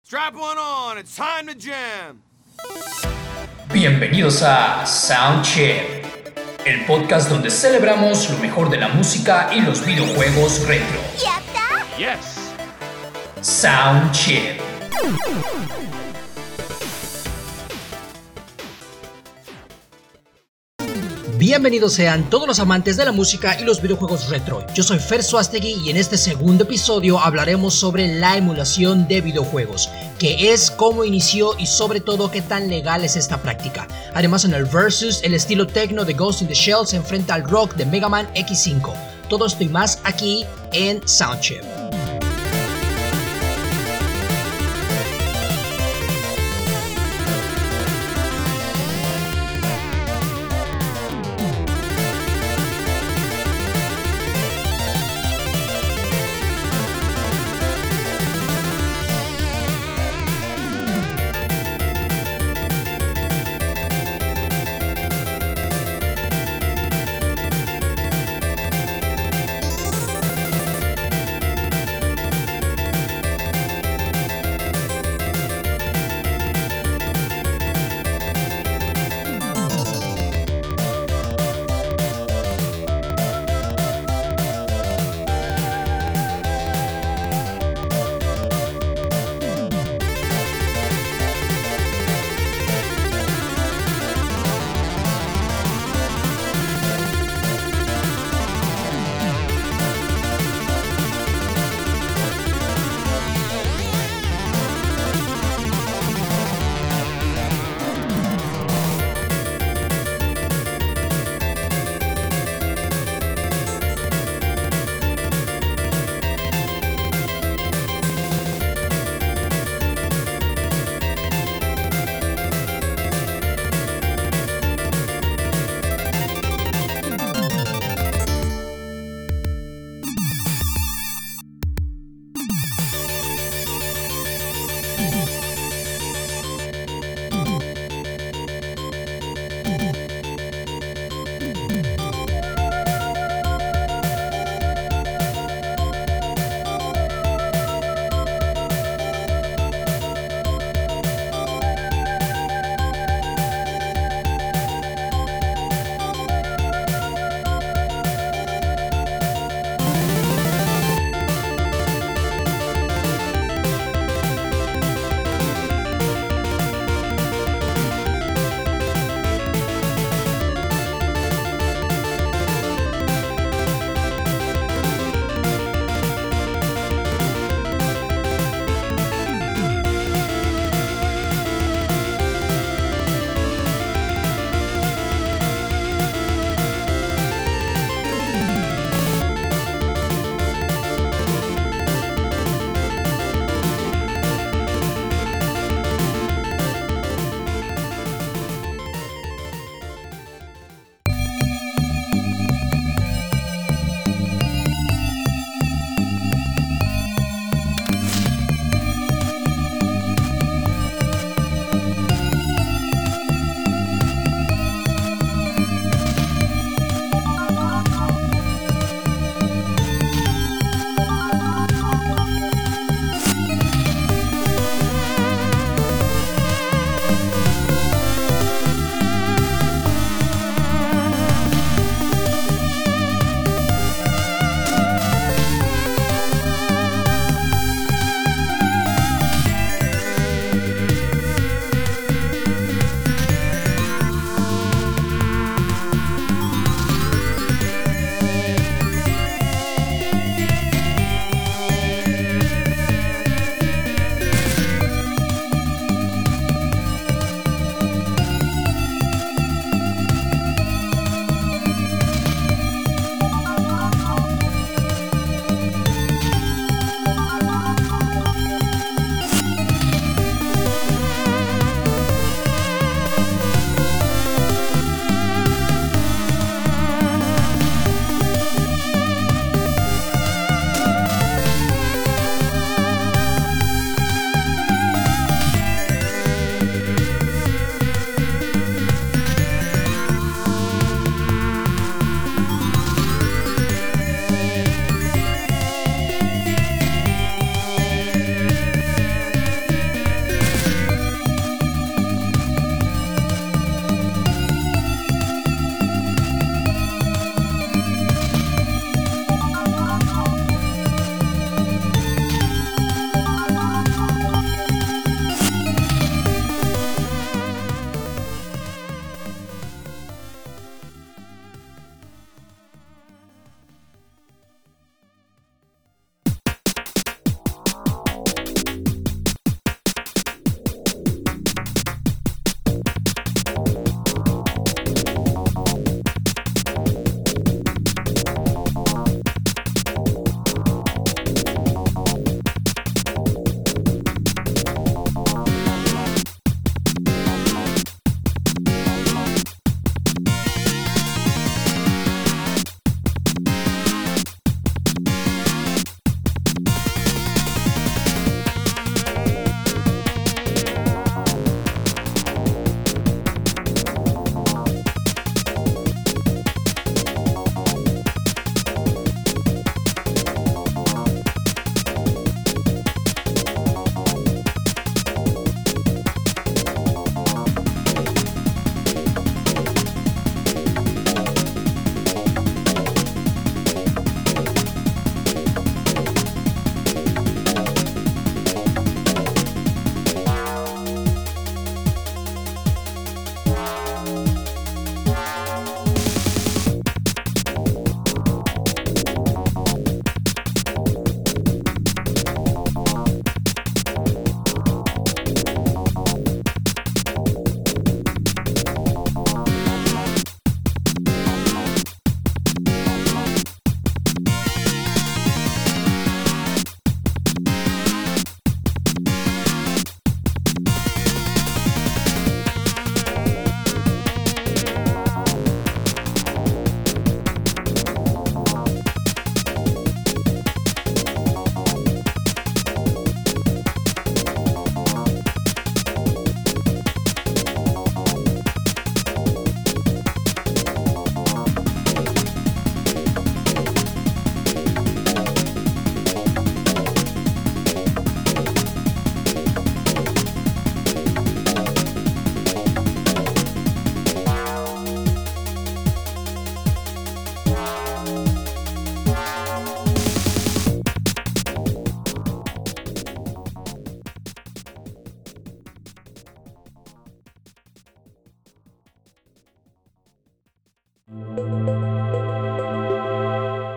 Strap one on, it's time to jam. Bienvenidos a Soundcheck, el podcast donde celebramos lo mejor de la música y los videojuegos retro. ¿Yatta? Yes. Soundcheck. Bienvenidos sean todos los amantes de la música y los videojuegos retro. Yo soy Fer Suástegui y en este segundo episodio hablaremos sobre la emulación de videojuegos, qué es, cómo inició y sobre todo qué tan legal es esta práctica. Además, en el Versus, el estilo techno de Ghost in the Shell se enfrenta al rock de Mega Man X5. Todo esto y más aquí en Soundcheck.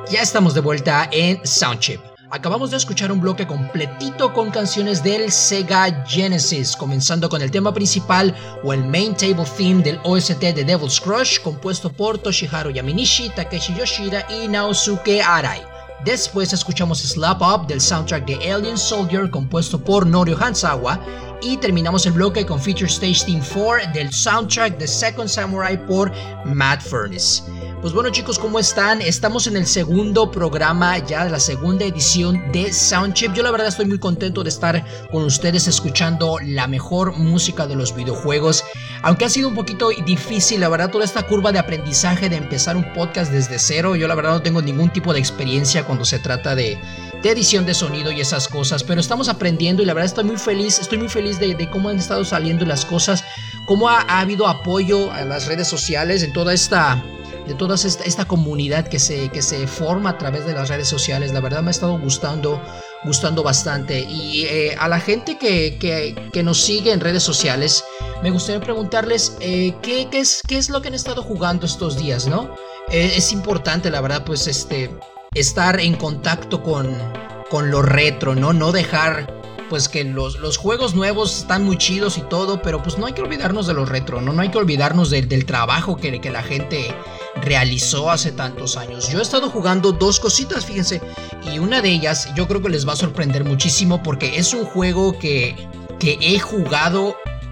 Ya estamos de vuelta en Soundchip. Acabamos de escuchar un bloque completito con canciones del Sega Genesis, comenzando con el tema principal o el main table theme del OST de Devil's Crush, compuesto por Toshiharu Yamanishi, Takeshi Yoshida y Naosuke Arai. Después escuchamos Slap Up del soundtrack de Alien Soldier, compuesto por Norio Hanzawa, y terminamos el bloque con Feature Stage Theme 4 del soundtrack de Second Samurai por Matt Furniss. Pues bueno, chicos, ¿cómo están? Estamos en el segundo programa, ya de la segunda edición de Soundchip. Yo la verdad estoy muy contento de estar con ustedes escuchando la mejor música de los videojuegos. Aunque ha sido un poquito difícil, la verdad, toda esta curva de aprendizaje de empezar un podcast desde cero. Yo la verdad no tengo ningún tipo de experiencia cuando se trata de edición de sonido y esas cosas, pero estamos aprendiendo y la verdad estoy muy feliz de cómo han estado saliendo las cosas, cómo ha habido apoyo a las redes sociales en toda esta comunidad que se forma a través de las redes sociales. La verdad me ha estado gustando bastante. Y a la gente que nos sigue en redes sociales, me gustaría preguntarles qué es lo que han estado jugando estos días, ¿no? Es importante, la verdad, pues estar en contacto con lo retro, ¿no? No dejar pues que los juegos nuevos están muy chidos y todo, pero pues no hay que olvidarnos de lo retro, no hay que olvidarnos del trabajo que la gente realizó hace tantos años. Yo he estado jugando dos cositas, fíjense, y una de ellas yo creo que les va a sorprender muchísimo porque es un juego que he jugado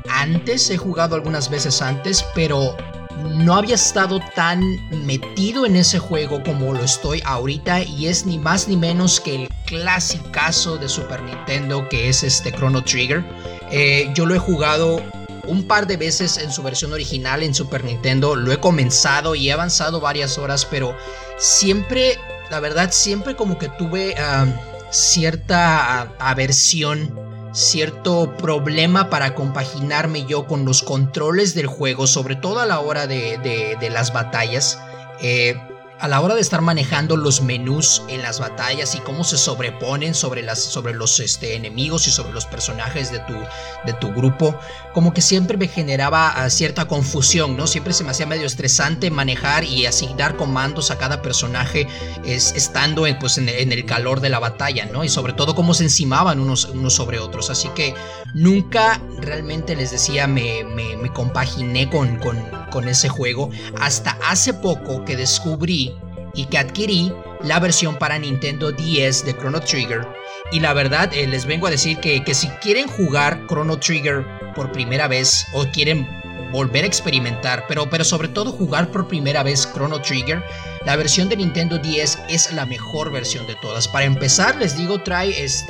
algunas veces antes, pero no había estado tan metido en ese juego como lo estoy ahorita, y es ni más ni menos que el clasicazo de Super Nintendo, que es Chrono Trigger. Yo lo he jugado un par de veces en su versión original en Super Nintendo, lo he comenzado y he avanzado varias horas, pero siempre, la verdad, siempre como que tuve cierta aversión, cierto problema para compaginarme yo con los controles del juego, sobre todo a la hora de las batallas, a la hora de estar manejando los menús en las batallas y cómo se sobreponen sobre los enemigos y sobre los personajes de tu grupo. Como que siempre me generaba cierta confusión, ¿no? Siempre se me hacía medio estresante manejar y asignar comandos a cada personaje estando en el calor de la batalla, ¿no? Y sobre todo cómo se encimaban unos sobre otros. Así que nunca realmente, les decía, me compaginé con ese juego hasta hace poco que descubrí y que adquirí la versión para Nintendo DS de Chrono Trigger. Y la verdad, les vengo a decir que si quieren jugar Chrono Trigger por primera vez o quieren volver a experimentar, pero sobre todo jugar por primera vez Chrono Trigger, la versión de Nintendo DS es la mejor versión de todas. Para empezar, les digo, trae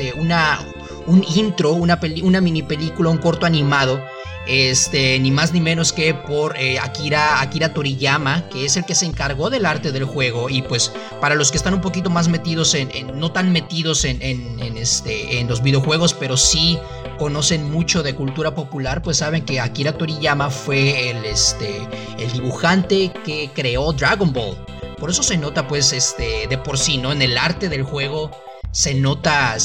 un intro, una mini película, un corto animado, ni más ni menos que por Akira Toriyama, que es el que se encargó del arte del juego. Y pues para los que están un poquito más metidos no tan metidos en los videojuegos, pero sí conocen mucho de cultura popular, pues saben que Akira Toriyama fue el dibujante que creó Dragon Ball. Por eso se nota, pues, de por sí, ¿no? En el arte del juego se nota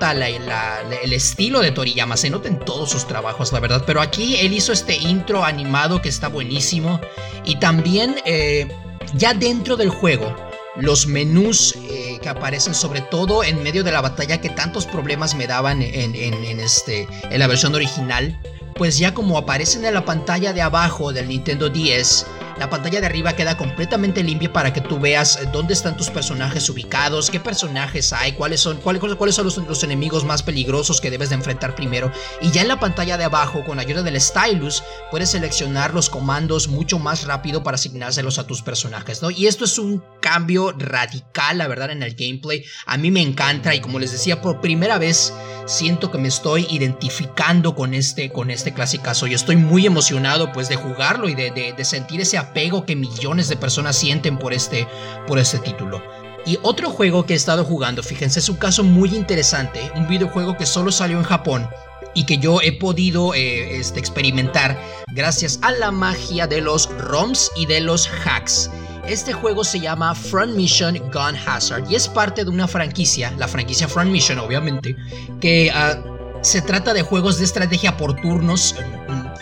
el estilo de Toriyama, se nota en todos sus trabajos, la verdad. Pero aquí él hizo este intro animado que está buenísimo. Y también ya dentro del juego, los menús que aparecen, sobre todo en medio de la batalla, que tantos problemas me daban en la versión original, pues ya como aparecen en la pantalla de abajo del Nintendo DS, la pantalla de arriba queda completamente limpia para que tú veas dónde están tus personajes ubicados, qué personajes hay, cuáles son los enemigos más peligrosos que debes de enfrentar primero. Y ya en la pantalla de abajo, con ayuda del stylus, puedes seleccionar los comandos mucho más rápido para asignárselos a tus personajes, ¿no? Y esto es un cambio radical, la verdad, en el gameplay. A mí me encanta, y como les decía, por primera vez siento que me estoy identificando con este clasicazo. Yo estoy muy emocionado, pues, de jugarlo y de sentir ese apego que millones de personas sienten por este título. Y otro juego que he estado jugando, fíjense, es un caso muy interesante, un videojuego que solo salió en Japón y que yo he podido experimentar gracias a la magia de los ROMs y de los hacks. Este juego se llama Front Mission Gun Hazard y es parte de una franquicia, la franquicia Front Mission, obviamente, que se trata de juegos de estrategia por turnos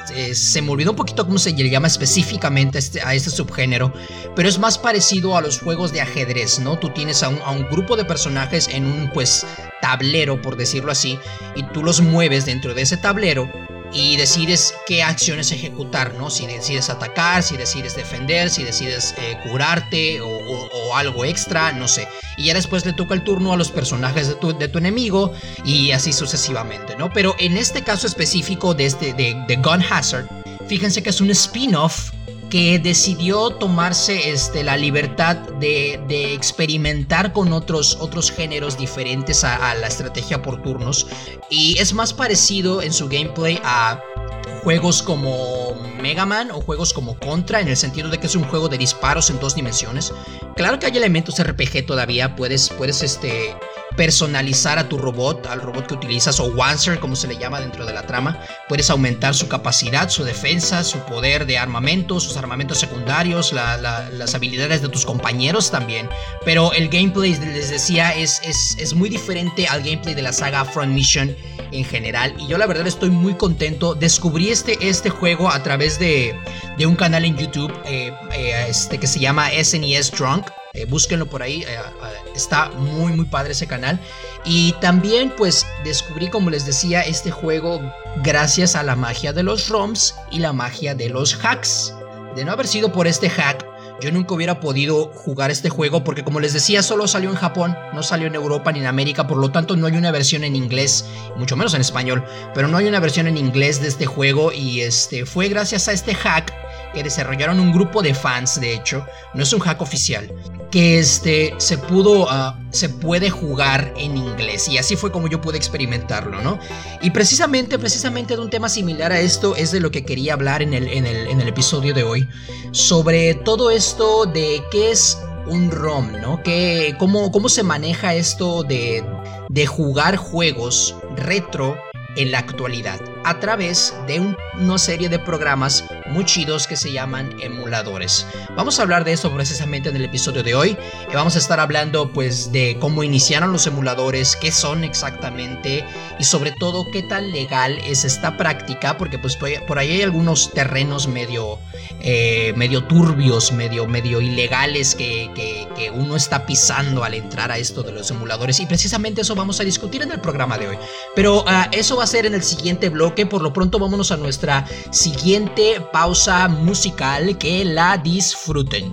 se me olvidó un poquito cómo se le llama específicamente a este subgénero, pero es más parecido a los juegos de ajedrez, ¿no? Tú tienes a un grupo de personajes en un, pues, tablero, por decirlo así, y tú los mueves dentro de ese tablero y decides qué acciones ejecutar, ¿no? Si decides atacar, si decides defender, si decides curarte o algo extra, no sé. Y ya después le toca el turno a los personajes de tu enemigo y así sucesivamente, ¿no? Pero en este caso específico de Gun Hazard, fíjense que es un spin-off que decidió tomarse la libertad de experimentar con otros géneros diferentes a la estrategia por turnos, y es más parecido en su gameplay a juegos como Mega Man o juegos como Contra, en el sentido de que es un juego de disparos en 2 dimensiones. Claro que hay elementos RPG todavía, puedes personalizar a tu robot, al robot que utilizas, o Wanzer como se le llama dentro de la trama. Puedes aumentar su capacidad, su defensa, su poder de armamento, sus armamentos secundarios, las habilidades de tus compañeros también. Pero el gameplay, les decía, es muy diferente al gameplay de la saga Front Mission en general, y yo la verdad estoy muy contento. Descubrí este juego a través de un canal en YouTube que se llama SNES Drunk. Búsquenlo por ahí, está muy muy padre ese canal. Y también pues descubrí, como les decía, este juego gracias a la magia de los ROMs y la magia de los hacks. De no haber sido por este hack, yo nunca hubiera podido jugar este juego, porque como les decía, solo salió en Japón, no salió en Europa ni en América, por lo tanto no hay una versión en inglés, mucho menos en español, pero no hay una versión en inglés de este juego. Y fue gracias a este hack que desarrollaron un grupo de fans, de hecho, no es un hack oficial, que se puede jugar en inglés, y así fue como yo pude experimentarlo, ¿no? Y precisamente de un tema similar a esto es de lo que quería hablar en el episodio de hoy, sobre todo esto de qué es un ROM, ¿no? Cómo se maneja esto de jugar juegos retro en la actualidad a través de una serie de programas muy chidos que se llaman emuladores. Vamos a hablar de esto precisamente en el episodio de hoy. Vamos a estar hablando pues de cómo iniciaron los emuladores, qué son exactamente, y sobre todo qué tan legal es esta práctica, porque pues por ahí hay algunos terrenos medio turbios, medio ilegales que uno está pisando al entrar a esto de los emuladores, y precisamente eso vamos a discutir en el programa de hoy. Pero eso va a ser en el siguiente bloque. Por lo pronto vámonos a nuestra siguiente pausa musical, que la disfruten.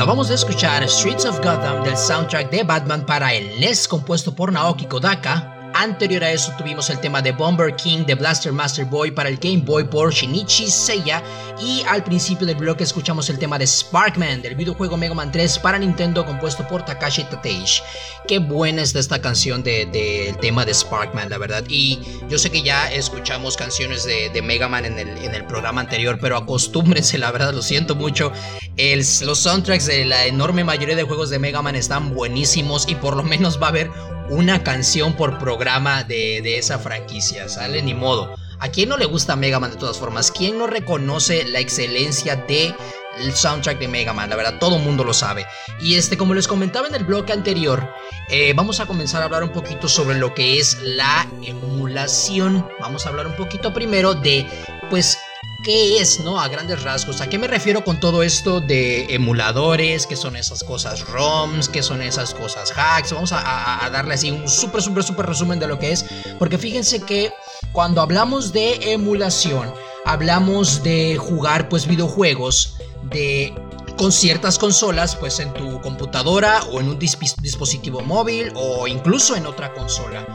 Acabamos de escuchar Streets of Gotham del soundtrack de Batman para el NES compuesto por Naoki Kodaka. Anterior a eso tuvimos el tema de Bomber King de Blaster Master Boy para el Game Boy por Shinichi Seiya. Y al principio del bloque escuchamos el tema de Sparkman del videojuego Mega Man 3 para Nintendo compuesto por Takashi Tateishi. Qué buena está esta canción del tema de Sparkman, la verdad. Y yo sé que ya escuchamos canciones de Mega Man en el programa anterior, pero acostúmbrense, la verdad, lo siento mucho. Los soundtracks de la enorme mayoría de juegos de Mega Man están buenísimos y por lo menos va a haber una canción por programa de esa franquicia, ¿sale? Ni modo. ¿A quién no le gusta Mega Man de todas formas? ¿Quién no reconoce la excelencia del soundtrack de Mega Man? La verdad, todo el mundo lo sabe. Y como les comentaba en el bloque anterior, vamos a comenzar a hablar un poquito sobre lo que es la emulación. Vamos a hablar un poquito primero de, pues, ¿qué es, no? A grandes rasgos. ¿A qué me refiero con todo esto de emuladores? ¿Qué son esas cosas ROMs? ¿Qué son esas cosas hacks? Vamos a darle así un súper resumen de lo que es. Porque fíjense que cuando hablamos de emulación, hablamos de jugar pues videojuegos con ciertas consolas, pues en tu computadora o en un dispositivo móvil o incluso en otra consola.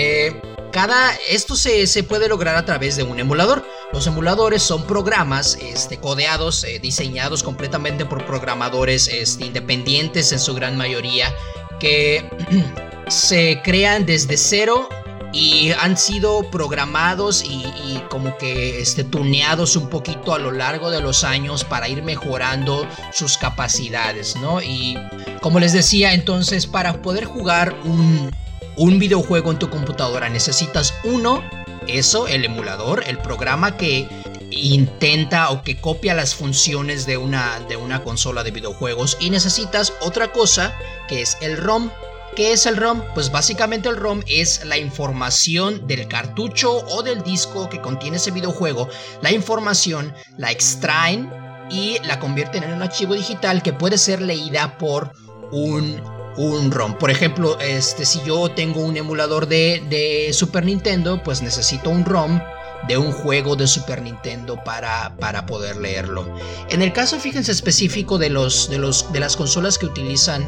Esto se puede lograr a través de un emulador. Los emuladores son programas codeados, diseñados completamente por programadores independientes en su gran mayoría, que se crean desde cero y han sido programados y como que tuneados un poquito a lo largo de los años para ir mejorando sus capacidades, ¿no? Y como les decía, entonces para poder jugar un videojuego en tu computadora necesitas el emulador, el programa que intenta o que copia las funciones de una consola de videojuegos, y necesitas otra cosa que es el ROM. ¿Qué es el ROM? Pues básicamente el ROM es la información del cartucho o del disco que contiene ese videojuego. La información la extraen y la convierten en un archivo digital que puede ser leída por un ROM. Por ejemplo, si yo tengo un emulador de Super Nintendo, pues necesito un ROM de un juego de Super Nintendo para poder leerlo. En el caso, fíjense, específico de las consolas que utilizan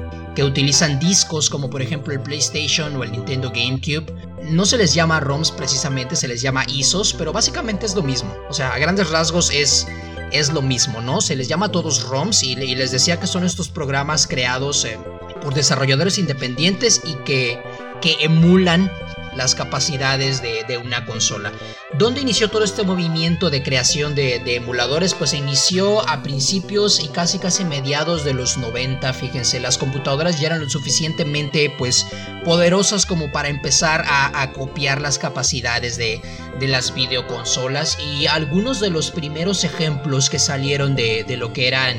discos, como por ejemplo el PlayStation o el Nintendo GameCube, no se les llama ROMs precisamente, se les llama ISOs, pero básicamente es lo mismo. O sea, a grandes rasgos es lo mismo, ¿no? Se les llama a todos ROMs y les decía que son estos programas creados por desarrolladores independientes y que emulan las capacidades de una consola. ¿Dónde inició todo este movimiento de creación de emuladores? Pues se inició a principios y casi mediados de los 90. Fíjense, las computadoras ya eran lo suficientemente pues poderosas como para empezar a copiar las capacidades de las videoconsolas, y algunos de los primeros ejemplos que salieron de lo que eran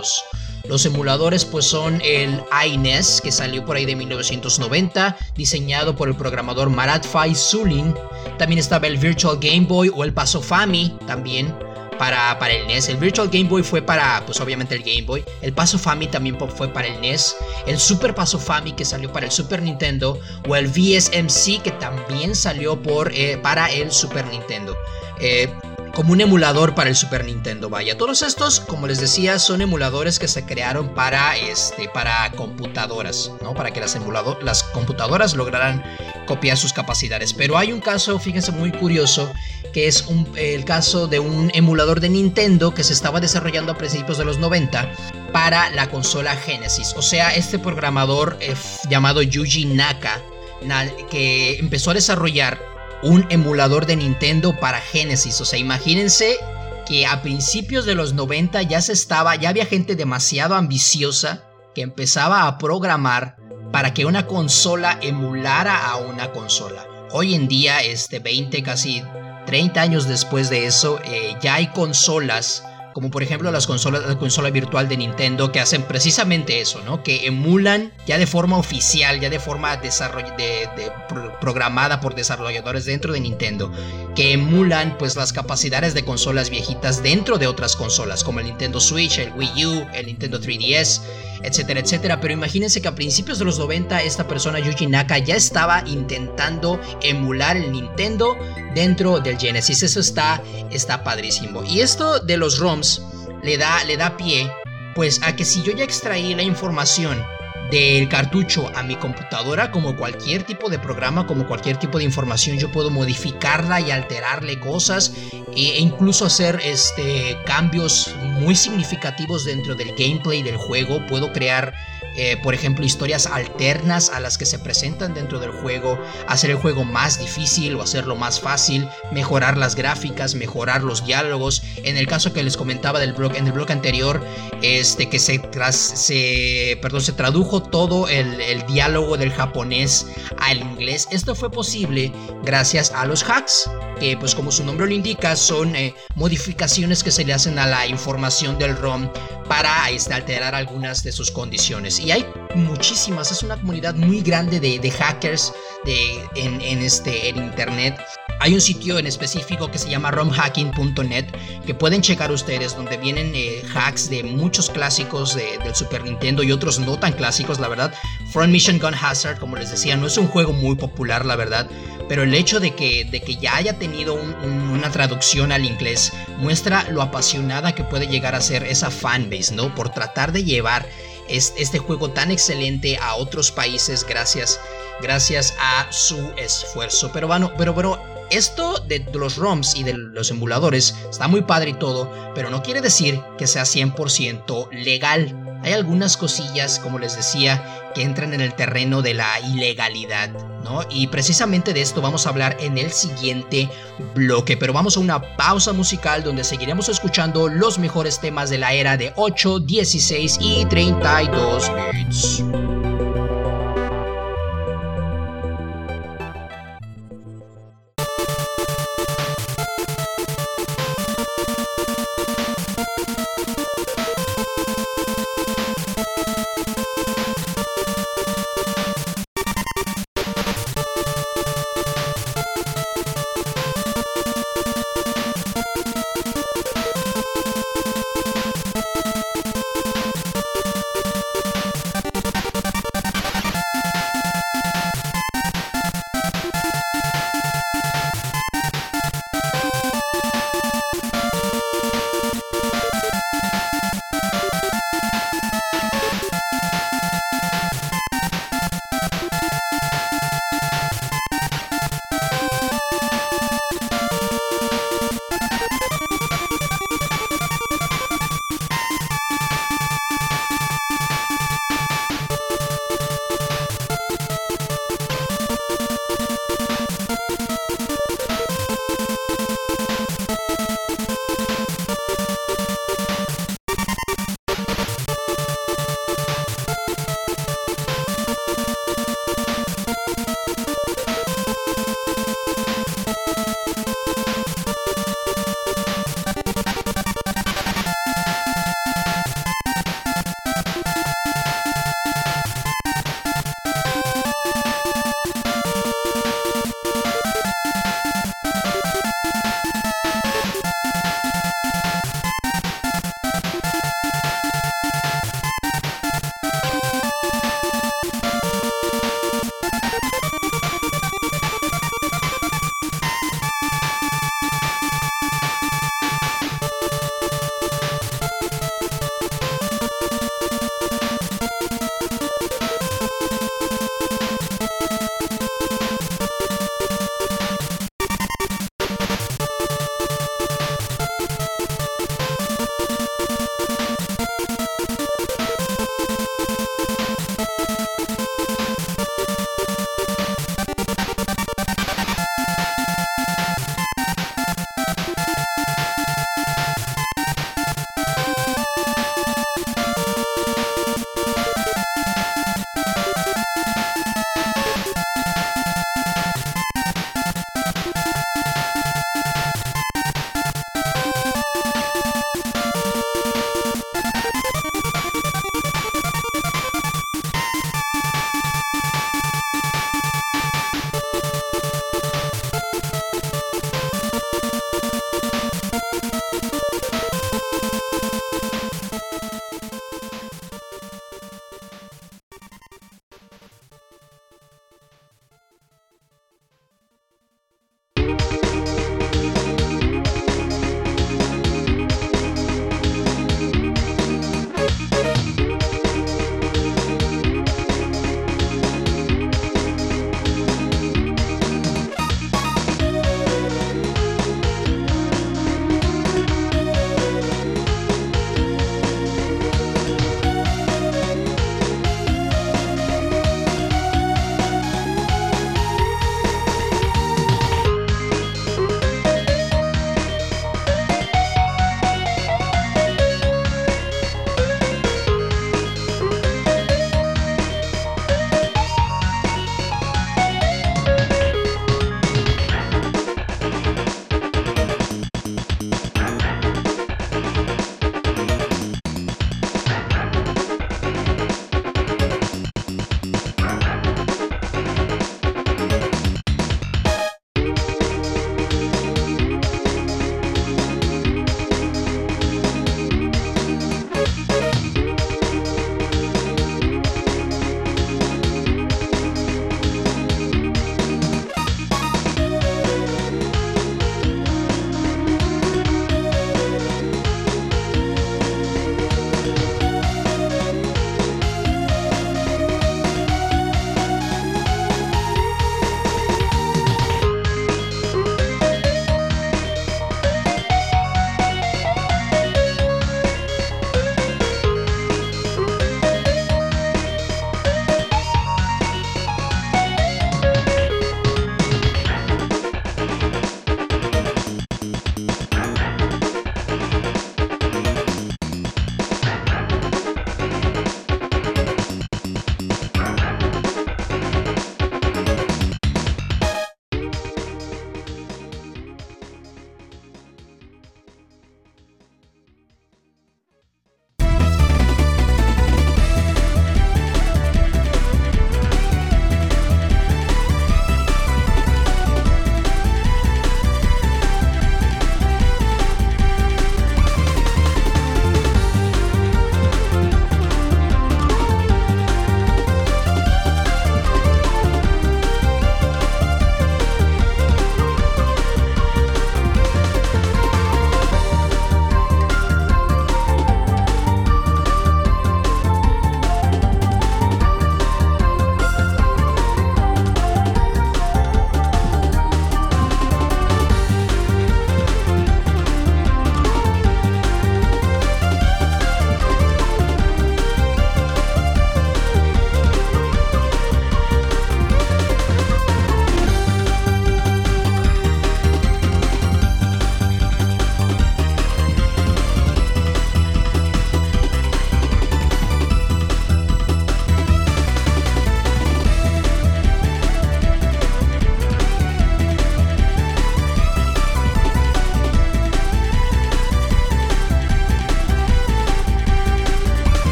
los emuladores pues son el iNES, que salió por ahí de 1990, diseñado por el programador Marat Faizulin. También estaba el Virtual Game Boy o el Pasofami también para el NES. El Virtual Game Boy fue para, pues obviamente, el Game Boy. El Pasofami también fue para el NES. El Super Pasofami, que salió para el Super Nintendo. O el VSMC, que también salió para el Super Nintendo. Como un emulador para el Super Nintendo, vaya. Todos estos, como les decía, son emuladores que se crearon para computadoras, ¿no? Para que las computadoras lograran copiar sus capacidades. Pero hay un caso, fíjense, muy curioso, que es el caso de un emulador de Nintendo que se estaba desarrollando a principios de los 90 para la consola Genesis. O sea, este programador llamado Yuji Naka, que empezó a desarrollar un emulador de Nintendo para Genesis. O sea, imagínense que a principios de los 90 ya había gente demasiado ambiciosa que empezaba a programar para que una consola emulara a una consola. Hoy en día, 20, casi 30 años después de eso, ya hay consolas, como por ejemplo la consola virtual de Nintendo, que hacen precisamente eso, ¿no? Que emulan ya de forma oficial, ya de forma programada por desarrolladores dentro de Nintendo, que emulan pues las capacidades de consolas viejitas dentro de otras consolas, como el Nintendo Switch, el Wii U, el Nintendo 3DS, etcétera, etcétera. Pero imagínense que a principios de los 90 esta persona, Yuji Naka, ya estaba intentando emular el Nintendo dentro del Genesis. Eso está padrísimo. Y esto de los ROMs le da pie Pues a que si yo ya extraí la información del cartucho a mi computadora, como cualquier tipo de programa, como cualquier tipo de información, yo puedo modificarla y alterarle cosas e incluso hacer cambios muy significativos dentro del gameplay del juego. Puedo crear por ejemplo, historias alternas a las que se presentan dentro del juego, hacer el juego más difícil o hacerlo más fácil, mejorar las gráficas, mejorar los diálogos. En el caso que les comentaba en el blog anterior, que se tradujo todo el diálogo del japonés al inglés. Esto fue posible gracias a los hacks, que pues como su nombre lo indica, son modificaciones que se le hacen a la información del ROM para alterar algunas de sus condiciones. Y hay muchísimas, es una comunidad muy grande de hackers en internet. Hay un sitio en específico que se llama romhacking.net que pueden checar ustedes, donde vienen hacks de muchos clásicos del Super Nintendo y otros no tan clásicos, la verdad. Front Mission Gun Hazard, como les decía, no es un juego muy popular, la verdad, pero el hecho de que ya haya tenido una traducción al inglés muestra lo apasionada que puede llegar a ser esa fanbase, ¿no? Por tratar de llevar este juego tan excelente a otros países gracias a su esfuerzo. Pero bueno, esto de los ROMs y de los emuladores está muy padre y todo, pero no quiere decir que sea 100% legal. Hay algunas cosillas, como les decía, que entran en el terreno de la ilegalidad, ¿no? Y precisamente de esto vamos a hablar en el siguiente bloque. Pero vamos a una pausa musical donde seguiremos escuchando los mejores temas de la era de 8, 16 y 32 bits.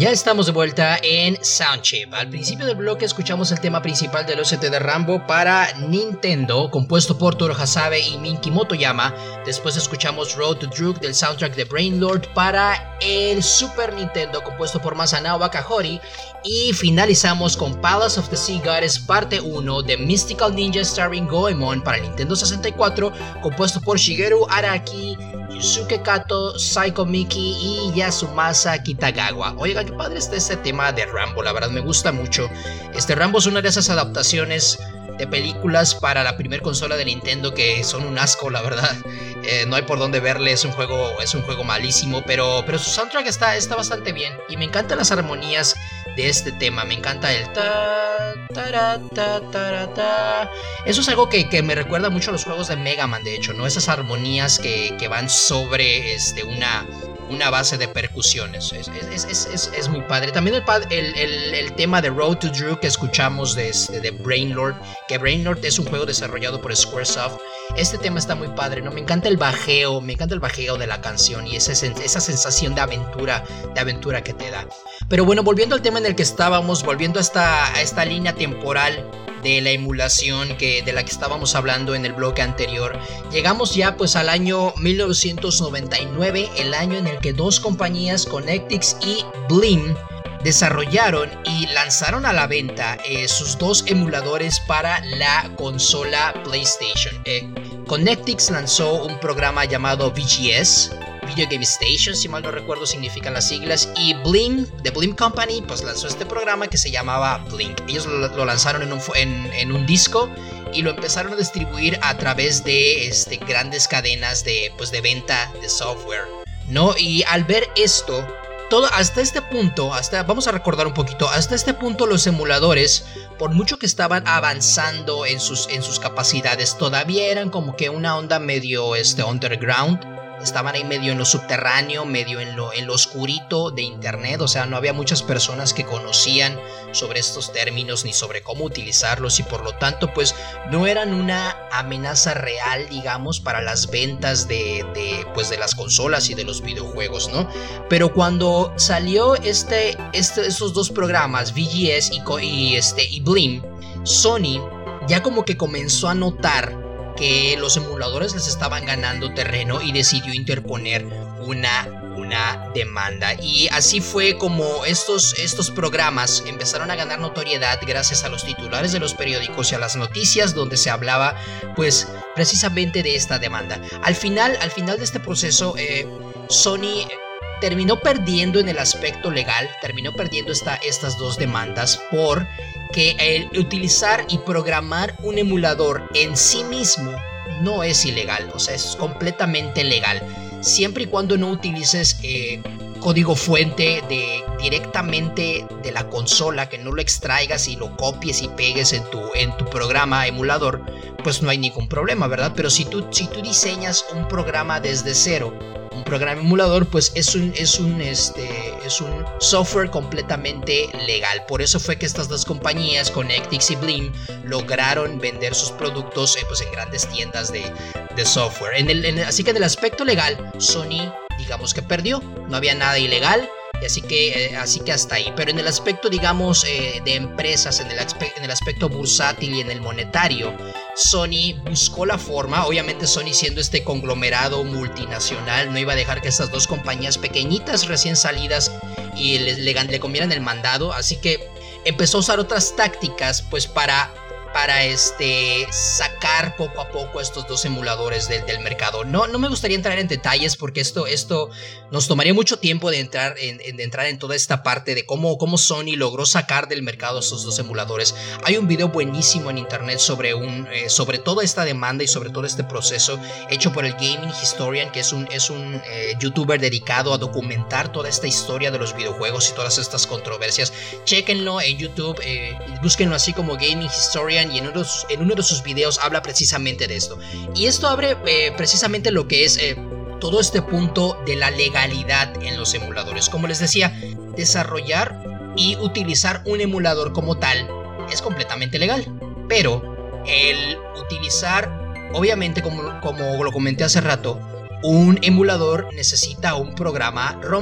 Ya estamos de vuelta en Soundchip. Al principio del bloque escuchamos el tema principal del OST de Rambo para Nintendo, compuesto por Toru Hasabe y Minky Motoyama. Después escuchamos Road to Druk del soundtrack de Brainlord para el Super Nintendo, compuesto por Masanao Wakahori. Y finalizamos con Palace of the Sea Goddess parte 1 de Mystical Ninja starring Goemon para Nintendo 64, compuesto por Shigeru Araki, Yusuke Kato, Saiko Miki y Yasumasa Kitagawa. Oigan, qué padre está este tema de Rambo, la verdad me gusta mucho. Rambo es una de esas adaptaciones de películas para la primer consola de Nintendo que son un asco, la verdad. No hay por dónde verle, es un juego malísimo, pero su soundtrack está bastante bien y me encantan las armonías de este tema. Me encanta el ta ta ta ta ta. Eso es algo que me recuerda mucho a los juegos de Mega Man, de hecho, ¿no? Esas armonías que van sobre una base de percusiones. Es muy padre. También el tema de Road to Druk que escuchamos de Brainlord, que Brainlord es un juego desarrollado por Squaresoft. Este tema está muy padre, ¿no? Me encanta el bajeo de la canción y esa sensación de aventura que te da. Pero bueno, volviendo al tema en el que estábamos, volviendo a esta línea temporal de la emulación de la que estábamos hablando en el bloque anterior, llegamos ya pues al año 1999, el año en el que dos compañías, Connectix y Blim, desarrollaron y lanzaron a la venta sus dos emuladores para la consola PlayStation. Connectix lanzó un programa llamado VGS, Video Game Station, si mal no recuerdo significan las siglas, y Blim, The Blim Company, pues lanzó este programa que se llamaba Blink. Ellos lo lanzaron en un disco y lo empezaron a distribuir a través de grandes cadenas de venta de software, ¿no? Y al ver esto, hasta este punto, vamos a recordar un poquito, hasta este punto los emuladores, por mucho que estaban avanzando en sus capacidades, todavía eran como que una onda medio underground. Estaban ahí medio en lo subterráneo, medio en lo oscurito de internet. O sea, no había muchas personas que conocían sobre estos términos ni sobre cómo utilizarlos, y por lo tanto pues no eran una amenaza real, digamos, para las ventas de las consolas y de los videojuegos, ¿no? Pero cuando salió estos dos programas, VGS y Blim, Sony ya como que comenzó a notar que los emuladores les estaban ganando terreno y decidió interponer una demanda. Y así fue como estos programas empezaron a ganar notoriedad gracias a los titulares de los periódicos y a las noticias donde se hablaba pues precisamente de esta demanda. Al final de este proceso, Sony terminó perdiendo en el aspecto legal, terminó perdiendo estas dos demandas por que el utilizar y programar un emulador en sí mismo no es ilegal, o sea, es completamente legal, siempre y cuando no utilices código fuente directamente de la consola, que no lo extraigas y lo copies y pegues en tu programa emulador, pues no hay ningún problema, ¿verdad? Pero si tú diseñas un programa desde cero, un programa emulador, pues es un software completamente legal. Por eso fue que estas dos compañías, Connectix y Blim, lograron vender sus productos en grandes tiendas de software. Así que en el aspecto legal, Sony, digamos que perdió, no había nada ilegal. Así que hasta ahí. Pero en el aspecto, digamos, de empresas, en el aspecto bursátil y en el monetario, Sony buscó la forma. Obviamente Sony, siendo este conglomerado multinacional, no iba a dejar que estas dos compañías pequeñitas recién salidas y le comieran el mandado. Así que empezó a usar otras tácticas pues para sacar poco a poco estos dos emuladores del mercado. No me gustaría entrar en detalles porque esto nos tomaría mucho tiempo de entrar en toda esta parte de cómo Sony logró sacar del mercado estos dos emuladores. Hay un video buenísimo en internet sobre toda esta demanda y sobre todo este proceso, hecho por el Gaming Historian, que es un youtuber dedicado a documentar toda esta historia de los videojuegos y todas estas controversias. Chéquenlo en YouTube, búsquenlo así como Gaming Historian, y en uno de sus videos habla precisamente de esto. Y esto abre precisamente lo que es todo este punto de la legalidad en los emuladores. Como les decía, desarrollar y utilizar un emulador como tal es completamente legal, pero el utilizar, obviamente, como lo comenté hace rato, un emulador necesita un programa ROM. O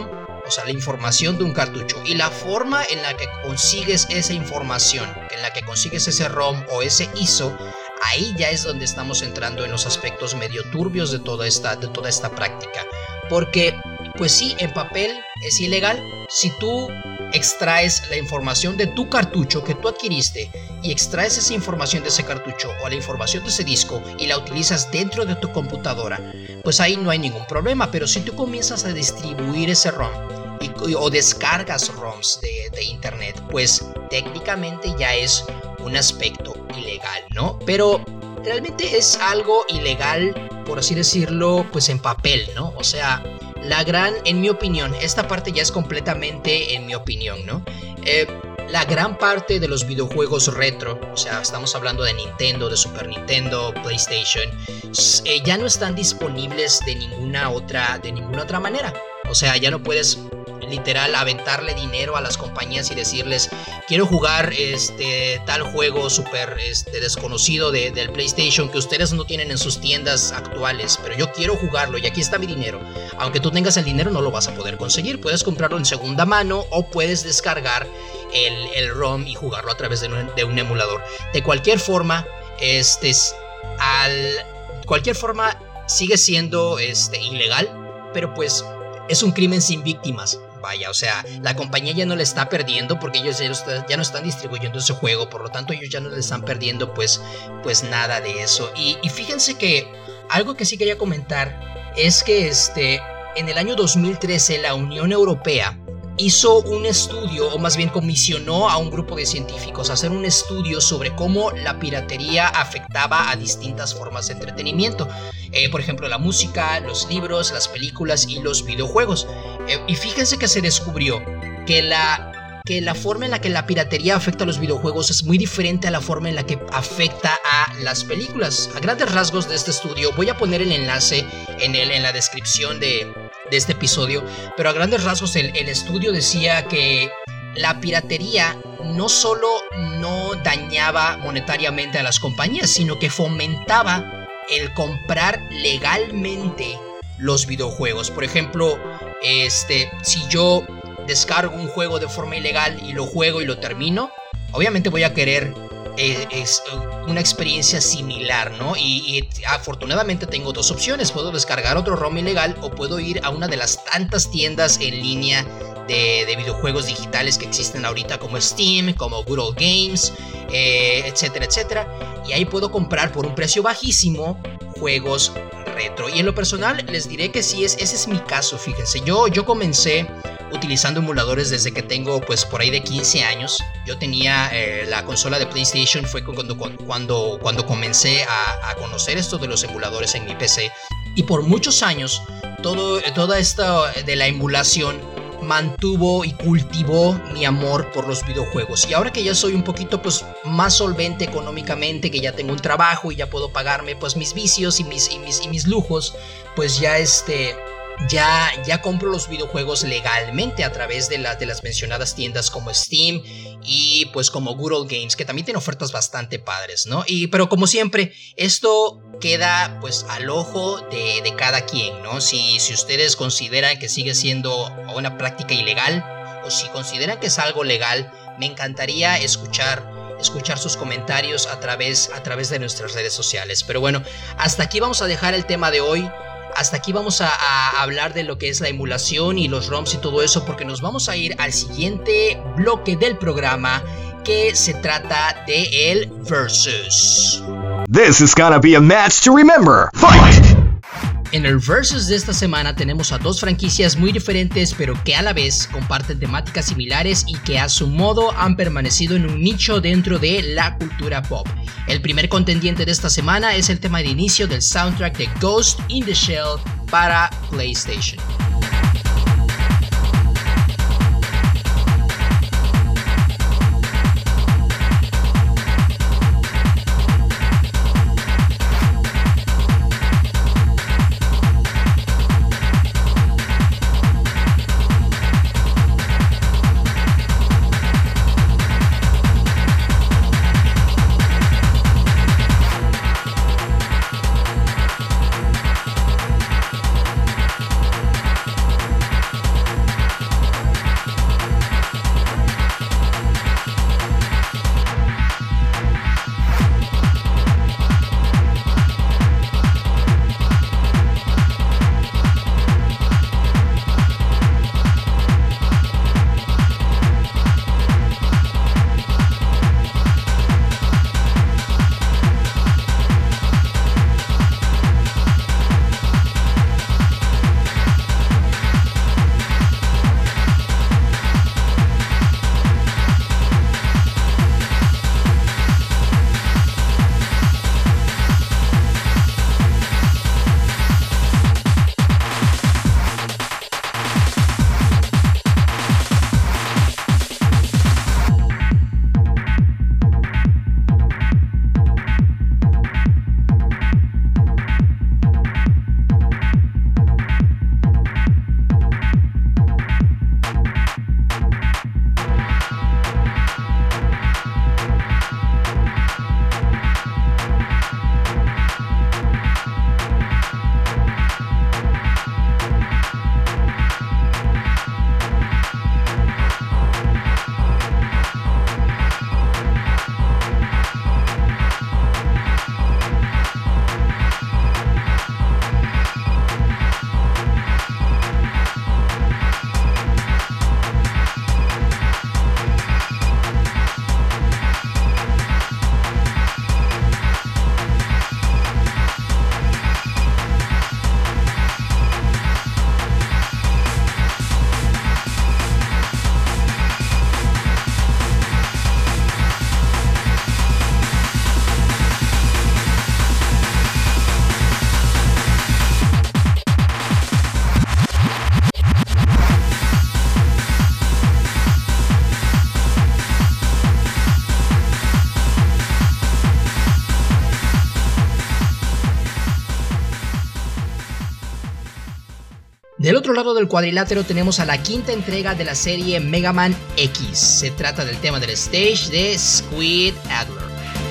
o sea, la información de un cartucho y la forma en la que consigues esa información, en la que consigues ese ROM o ese ISO, ahí ya es donde estamos entrando en los aspectos medio turbios de toda esta práctica. Porque, pues sí, en papel es ilegal. Si tú extraes la información de tu cartucho que tú adquiriste y extraes esa información de ese cartucho o la información de ese disco y la utilizas dentro de tu computadora, pues ahí no hay ningún problema. Pero si tú comienzas a distribuir ese ROM o descargas ROMs de internet, pues técnicamente ya es un aspecto ilegal, ¿no? Pero realmente es algo ilegal, por así decirlo, pues en papel, ¿no? O sea, en mi opinión, esta parte ya es completamente en mi opinión, ¿no? La gran parte de los videojuegos retro, o sea, estamos hablando de Nintendo, de Super Nintendo, PlayStation, ya no están disponibles de ninguna otra manera. O sea, ya no puedes literal aventarle dinero a las compañías y decirles: quiero jugar tal juego súper desconocido del PlayStation que ustedes no tienen en sus tiendas actuales, pero yo quiero jugarlo y aquí está mi dinero. Aunque tú tengas el dinero, no lo vas a poder conseguir. Puedes comprarlo en segunda mano o puedes descargar el ROM y jugarlo a través de un emulador. De cualquier forma, sigue siendo ilegal, pero pues es un crimen sin víctimas. Vaya, o sea, la compañía ya no le está perdiendo porque ellos ya no están distribuyendo ese juego, por lo tanto ellos ya no le están perdiendo pues nada de eso. Y fíjense que algo que sí quería comentar es que en el año 2013 la Unión Europea hizo un estudio, o más bien comisionó a un grupo de científicos a hacer un estudio sobre cómo la piratería afectaba a distintas formas de entretenimiento. Por ejemplo, la música, los libros, las películas y los videojuegos. Y fíjense que se descubrió que la forma en la que la piratería afecta a los videojuegos es muy diferente a la forma en la que afecta a las películas. A grandes rasgos de este estudio, voy a poner el enlace en la descripción de este episodio, pero a grandes rasgos el estudio decía que la piratería no solo no dañaba monetariamente a las compañías, sino que fomentaba el comprar legalmente los videojuegos. Por ejemplo, si yo descargo un juego de forma ilegal y lo juego y lo termino, obviamente voy a querer una experiencia similar, ¿no? Y afortunadamente tengo dos opciones: puedo descargar otro ROM ilegal o puedo ir a una de las tantas tiendas en línea de videojuegos digitales que existen ahorita, como Steam, como Good Old Games, etcétera, etcétera, y ahí puedo comprar por un precio bajísimo juegos retro. Y en lo personal les diré que sí, ese es mi caso. Fíjense, yo comencé utilizando emuladores desde que tengo pues por ahí de 15 años. Yo tenía la consola de PlayStation, fue cuando comencé a conocer esto de los emuladores en mi PC, y por muchos años toda esta de la emulación mantuvo y cultivó mi amor por los videojuegos. Y ahora que ya soy un poquito pues más solvente económicamente, que ya tengo un trabajo y ya puedo pagarme pues mis vicios y mis lujos, pues ya compro los videojuegos legalmente a través de las mencionadas tiendas como Steam y pues como Good Old Games, que también tiene ofertas bastante padres, ¿no? Pero como siempre, esto queda pues al ojo de cada quien, ¿no? Si ustedes consideran que sigue siendo una práctica ilegal o si consideran que es algo legal, me encantaría escuchar sus comentarios a través de nuestras redes sociales. Pero bueno, hasta aquí vamos a dejar el tema de hoy. Hasta aquí vamos a hablar de lo que es la emulación y los ROMs y todo eso, porque nos vamos a ir al siguiente bloque del programa, que se trata de el Versus. This is gonna be a match to remember. Fight! En el Versus de esta semana tenemos a dos franquicias muy diferentes, pero que a la vez comparten temáticas similares y que a su modo han permanecido en un nicho dentro de la cultura pop. El primer contendiente de esta semana es el tema de inicio del soundtrack de Ghost in the Shell para PlayStation. Del otro lado del cuadrilátero tenemos a la quinta entrega de la serie Mega Man X. Se trata del tema del stage de Squid Adler.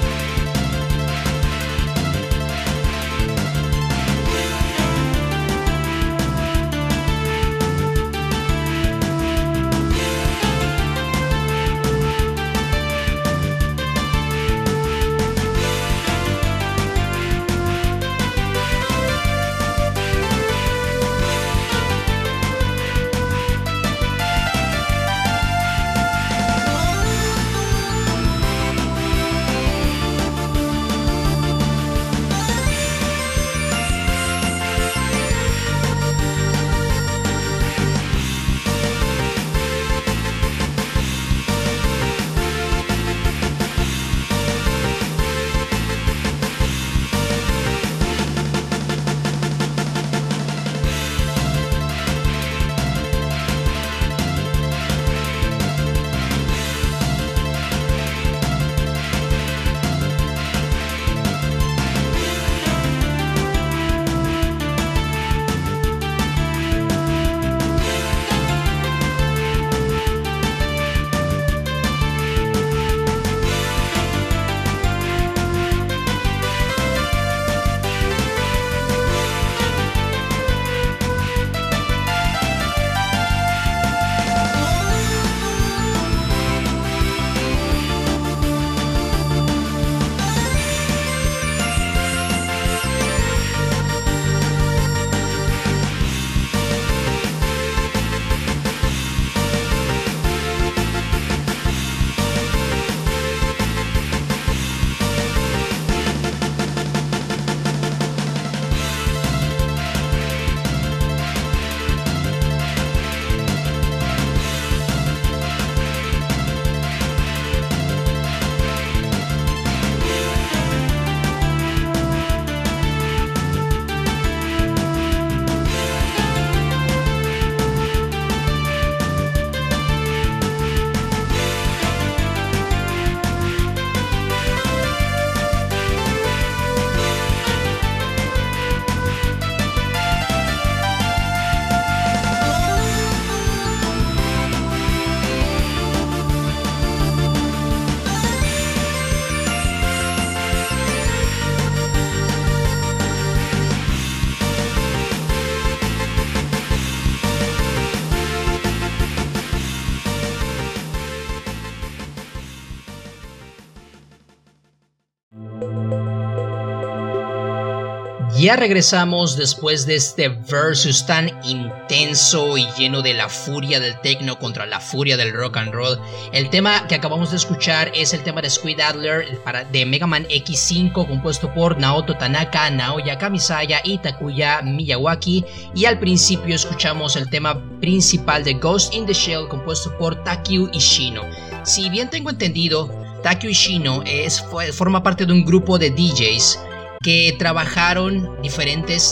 Ya regresamos después de este versus tan intenso y lleno de la furia del techno contra la furia del rock and roll. El tema que acabamos de escuchar es el tema de Squid Adler de Mega Man X5, compuesto por Naoto Tanaka, Naoya Kamisaya y Takuya Miyawaki. Y al principio escuchamos el tema principal de Ghost in the Shell, compuesto por Takeo Ishino. Si bien tengo entendido, Takeo Ishino forma parte de un grupo de DJs que trabajaron diferentes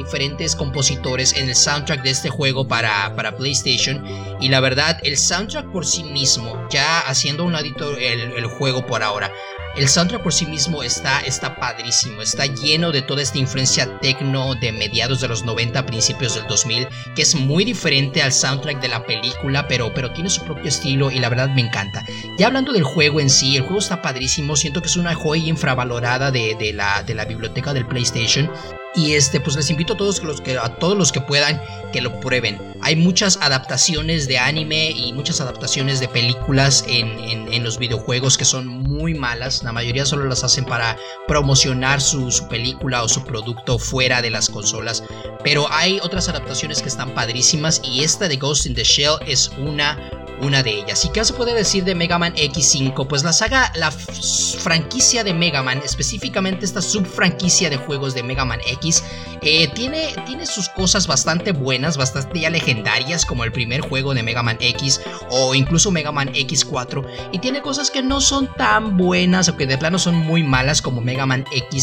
compositores en el soundtrack de este juego para PlayStation, y la verdad el soundtrack por sí mismo, ya haciendo un ladito el juego por ahora, el soundtrack por sí mismo está padrísimo, está lleno de toda esta influencia techno de mediados de los 90, principios del 2000, que es muy diferente al soundtrack de la película, pero tiene su propio estilo y la verdad me encanta. Ya hablando del juego en sí, el juego está padrísimo, siento que es una joya infravalorada de la biblioteca del PlayStation. Y pues les invito a todos los que puedan que lo prueben. Hay muchas adaptaciones de anime y muchas adaptaciones de películas en los videojuegos que son muy malas. La mayoría solo las hacen para promocionar su película o su producto fuera de las consolas. Pero hay otras adaptaciones que están padrísimas y esta de Ghost in the Shell es una de ellas. ¿Y qué se puede decir de Mega Man X5? Pues la franquicia de Mega Man, específicamente esta subfranquicia de juegos de Mega Man X, tiene sus cosas bastante buenas, bastante ya legendarias, como el primer juego de Mega Man X o incluso Mega Man X4, y tiene cosas que no son tan buenas o que de plano son muy malas, como Mega Man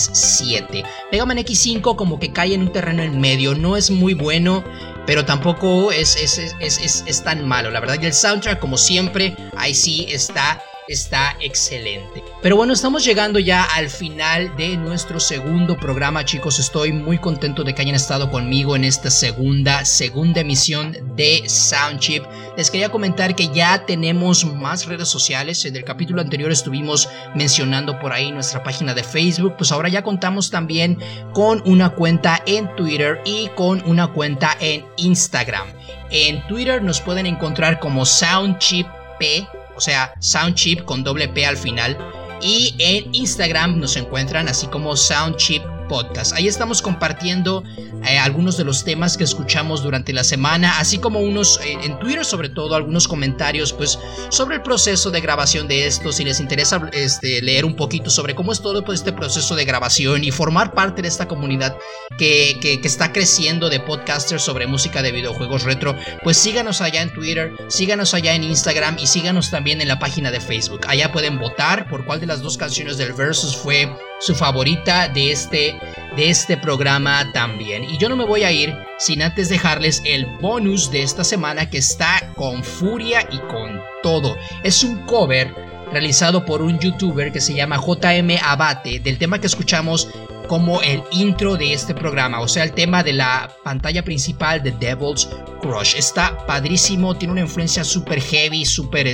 X7. Mega Man X5 como que cae en un terreno en medio, no es muy bueno, pero tampoco es tan malo, la verdad. Y el soundtrack, como siempre, ahí sí está está excelente. Pero bueno, estamos llegando ya al final de nuestro segundo programa, chicos. Estoy muy contento de que hayan estado conmigo en esta segunda emisión de Soundchip. Les quería comentar que ya tenemos más redes sociales. En el capítulo anterior estuvimos mencionando por ahí nuestra página de Facebook. Pues ahora ya contamos también con una cuenta en Twitter y con una cuenta en Instagram. En Twitter nos pueden encontrar como SoundChipP, o sea, SoundChip con doble P al final. Y en Instagram nos encuentran así como Soundchip Podcast. Ahí estamos compartiendo algunos de los temas que escuchamos durante la semana, así como unos en Twitter, sobre todo algunos comentarios pues sobre el proceso de grabación de esto. Si les interesa leer un poquito sobre cómo es todo pues, este proceso de grabación y formar parte de esta comunidad que está creciendo de podcasters sobre música de videojuegos retro, pues síganos allá en Twitter, síganos allá en Instagram y síganos también en la página de Facebook. Allá pueden votar por cuál de las dos canciones del Versus fue su favorita de este programa también. Y yo no me voy a ir sin antes dejarles el bonus de esta semana, que está con furia y con todo. Es un cover realizado por un youtuber que se llama JM Abate del tema que escuchamos como el intro de este programa, o sea, el tema de la pantalla principal de Devil's Crush. Está padrísimo, tiene una influencia súper heavy, súper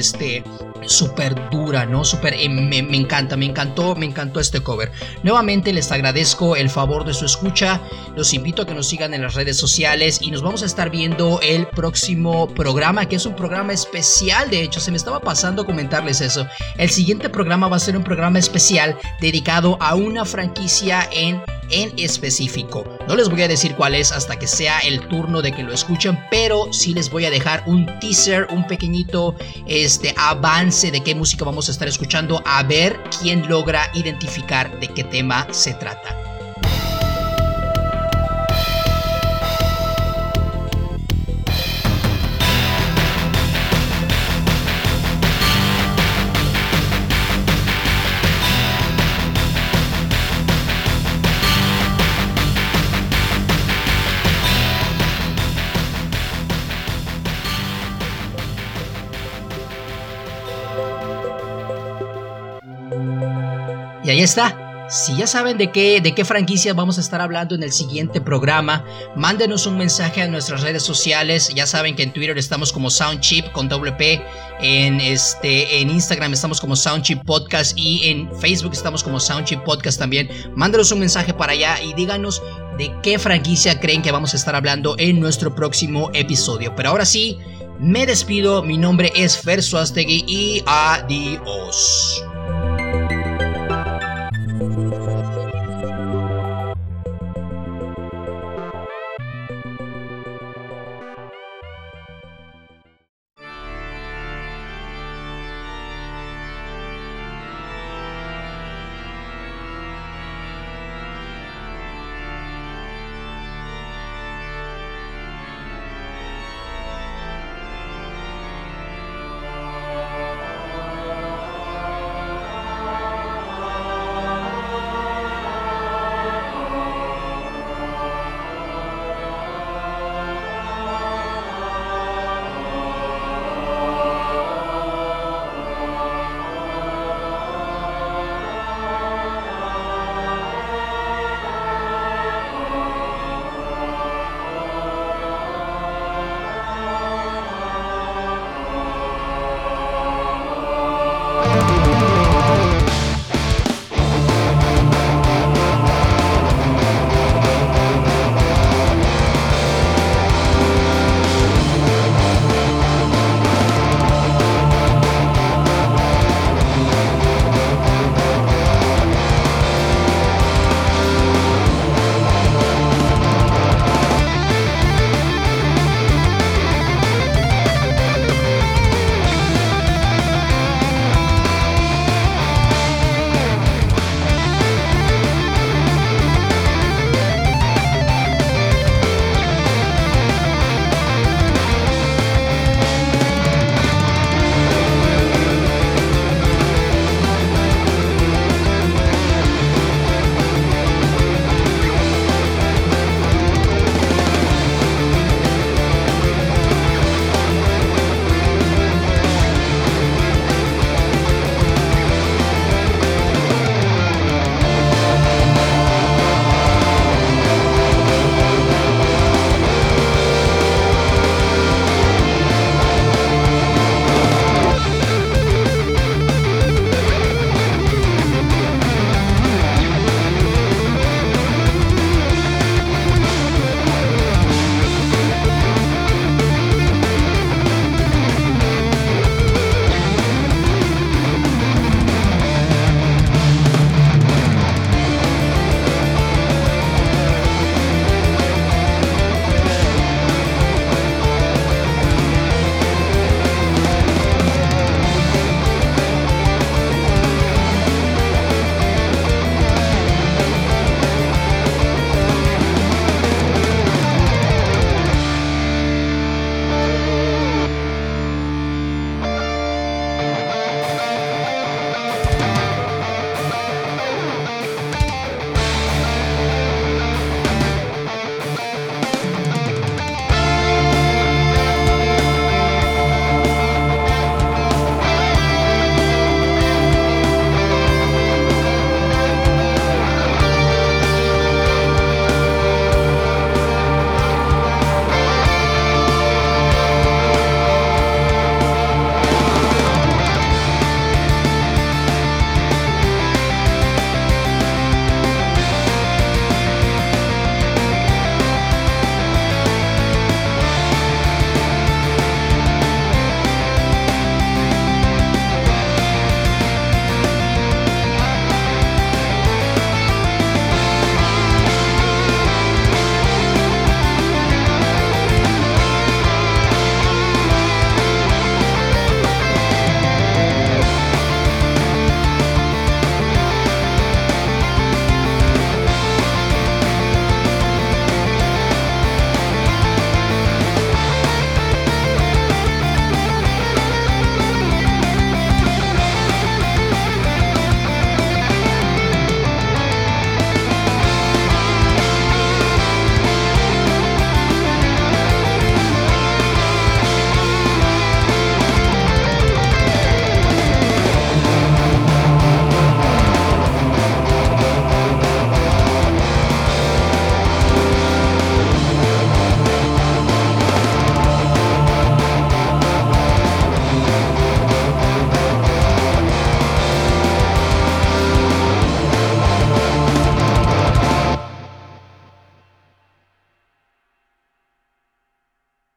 dura, ¿no? Me encantó este cover. Nuevamente les agradezco el favor de su escucha, los invito a que nos sigan en las redes sociales y nos vamos a estar viendo el próximo programa, que es un programa especial. De hecho, se me estaba pasando comentarles eso. El siguiente programa va a ser un programa especial dedicado a una franquicia en específico. No les voy a decir cuál es hasta que sea el turno de que lo escuchen, pero sí les voy a dejar un teaser, un pequeñito avance de qué música vamos a estar escuchando, a ver quién logra identificar de qué tema se trata. Y ahí está. Si ya saben de qué franquicia vamos a estar hablando en el siguiente programa, mándenos un mensaje a nuestras redes sociales. Ya saben que en Twitter estamos como Soundchip con doble P, en Instagram estamos como Soundchip Podcast y en Facebook estamos como Soundchip Podcast también. Mándenos un mensaje para allá y díganos de qué franquicia creen que vamos a estar hablando en nuestro próximo episodio. Pero ahora sí, me despido. Mi nombre es Fer Suastegui y adiós.